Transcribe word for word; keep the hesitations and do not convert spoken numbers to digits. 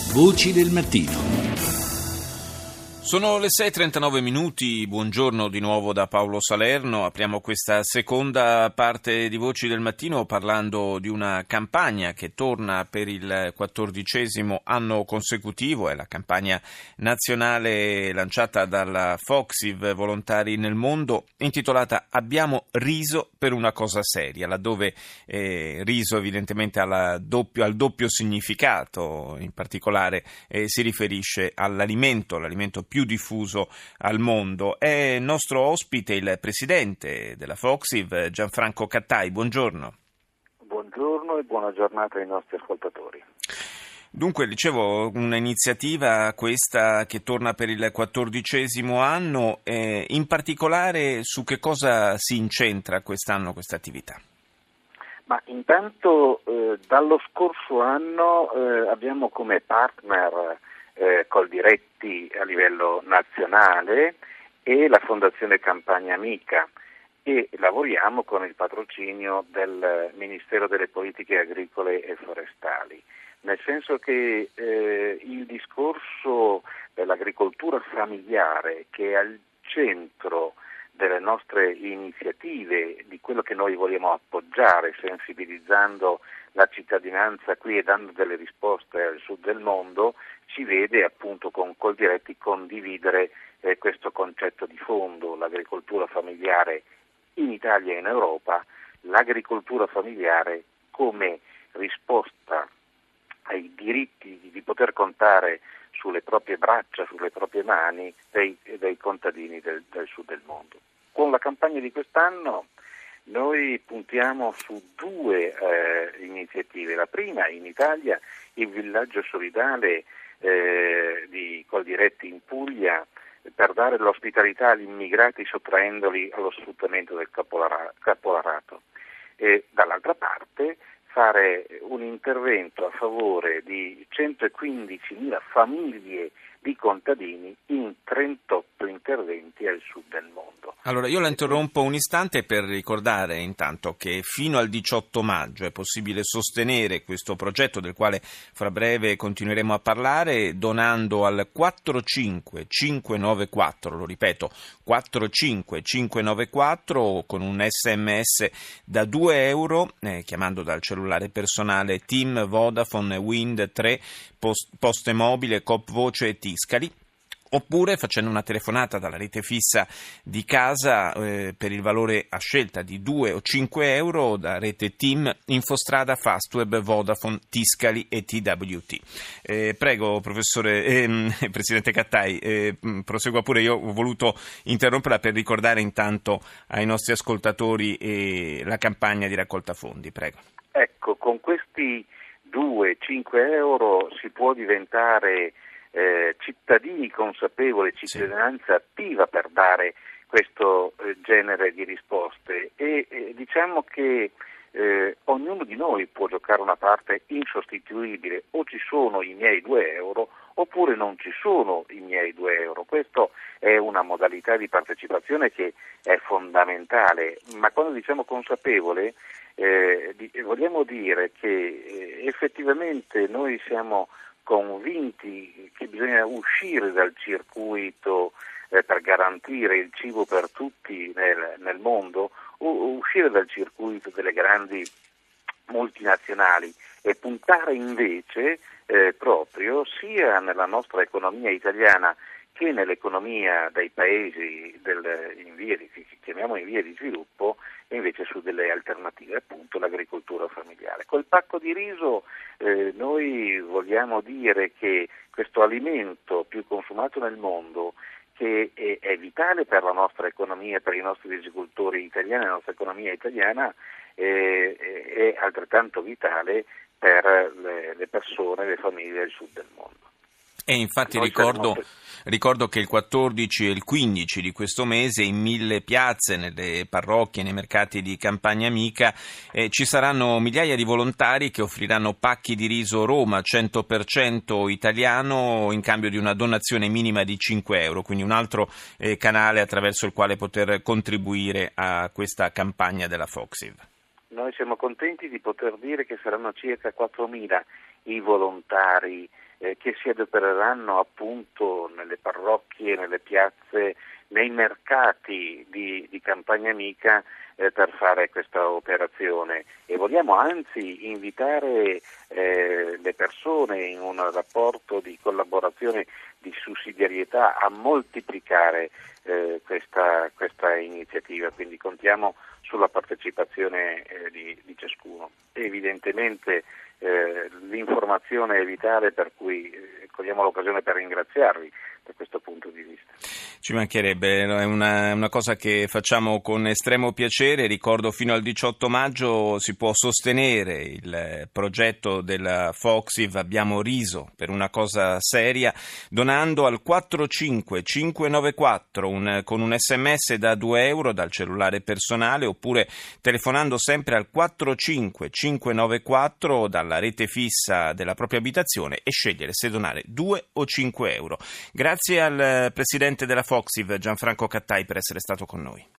Voci del mattino. Sono le sei e trentanove minuti, buongiorno di nuovo da Paolo Salerno. Apriamo questa seconda parte di Voci del Mattino parlando di una campagna che torna per il quattordicesimo anno consecutivo. È la campagna nazionale lanciata dalla Foxiv Volontari nel Mondo, intitolata Abbiamo riso per una cosa seria, laddove eh, riso evidentemente alla doppio, al doppio significato. In particolare eh, si riferisce all'alimento, l'alimento più diffuso al mondo. È nostro ospite il presidente della Foxiv, Gianfranco Cattai. Buongiorno. Buongiorno e buona giornata ai nostri ascoltatori. Dunque, dicevo, un'iniziativa questa che torna per il quattordicesimo anno, eh, in particolare su che cosa si incentra quest'anno questa attività? Ma intanto eh, dallo scorso anno eh, abbiamo come partner Eh, Coldiretti a livello nazionale e la Fondazione Campagna Amica, e lavoriamo con il patrocinio del Ministero delle Politiche Agricole e Forestali, nel senso che eh, il discorso dell'agricoltura familiare, che è al centro delle nostre iniziative, di quello che noi vogliamo appoggiare, sensibilizzando la cittadinanza qui e dando delle risposte al sud del mondo, ci vede appunto con Coldiretti condividere eh, questo concetto di fondo, l'agricoltura familiare in Italia e in Europa, l'agricoltura familiare come risposta ai diritti di poter contare sulle proprie braccia, sulle proprie mani dei, dei contadini del, del sud del mondo. Con la campagna di quest'anno noi puntiamo su due eh, iniziative. La prima, in Italia, il villaggio solidale eh, di Coldiretti in Puglia, per dare l'ospitalità agli immigrati sottraendoli allo sfruttamento del capolara- capolarato. E dall'altra parte fare un intervento a favore di centoquindicimila famiglie di contadini in trentotto interventi al sud del mondo. Allora io la interrompo un istante per ricordare intanto che fino al diciotto maggio è possibile sostenere questo progetto, del quale fra breve continueremo a parlare, donando al quattro cinque cinque nove quattro, lo ripeto, quattro cinque cinque nove quattro, con un sms da due euro, eh, chiamando dal cellulare personale TIM, Vodafone, Wind tre, Post, Poste Mobile, Coop Voce e Tiscali, oppure facendo una telefonata dalla rete fissa di casa eh, per il valore a scelta di due o cinque euro da rete TIM, Infostrada, Fastweb, Vodafone, Tiscali e T W T. Eh, prego, professore, eh, Presidente Cattai, eh, prosegua pure. Io ho voluto interromperla per ricordare intanto ai nostri ascoltatori eh, la campagna di raccolta fondi. Prego. Ecco, con questi due cinque euro si può diventare Eh, cittadini consapevoli, cittadinanza sì. attiva per dare questo eh, genere di risposte, e eh, diciamo che eh, ognuno di noi può giocare una parte insostituibile. O ci sono i miei due euro oppure non ci sono i miei due euro. Questo è una modalità di partecipazione che è fondamentale, ma quando diciamo consapevole eh, di, vogliamo dire che eh, effettivamente noi siamo convinti che bisogna uscire dal circuito eh, per garantire il cibo per tutti nel, nel mondo, o uscire dal circuito delle grandi multinazionali e puntare invece eh, proprio sia nella nostra economia italiana che nell'economia dei paesi del, in via di, che chiamiamo in via di sviluppo, e invece su delle alternative, appunto l'agricoltura familiare. Col pacco di riso eh, noi vogliamo dire che questo alimento più consumato nel mondo, che è, è vitale per la nostra economia, per i nostri agricoltori italiani, la nostra economia italiana, eh, è altrettanto vitale per le, le persone, le famiglie del sud del mondo. E infatti ricordo, ricordo che il quattordici e il quindici di questo mese in mille piazze, nelle parrocchie, nei mercati di Campagna Amica eh, ci saranno migliaia di volontari che offriranno pacchi di riso Roma cento per cento italiano in cambio di una donazione minima di cinque euro, quindi un altro eh, canale attraverso il quale poter contribuire a questa campagna della Foxiv. Noi siamo contenti di poter dire che saranno circa quattromila i volontari eh, che si adopereranno appunto nelle parrocchie, nelle piazze, nei mercati di, di Campagna Amica eh, per fare questa operazione, e vogliamo anzi invitare eh, le persone in un rapporto di collaborazione, di sussidiarietà, a moltiplicare eh, questa, questa iniziativa, quindi contiamo sulla partecipazione eh, di, di ciascuno. Evidentemente eh, l'informazione è vitale, per cui eh, cogliamo l'occasione per ringraziarvi da questo punto di vista. Ci mancherebbe, è una, una cosa che facciamo con estremo piacere. Ricordo, fino al diciotto maggio si può sostenere il progetto della Foxiv Abbiamo riso per una cosa seria, donando al quattro cinque cinque nove quattro un, con un sms da due euro dal cellulare personale, oppure telefonando sempre al quattro cinque cinque nove quattro dalla rete fissa della propria abitazione e scegliere se donare due o cinque euro. Grazie al presidente della Foxiv, Gianfranco Cattai, per essere stato con noi.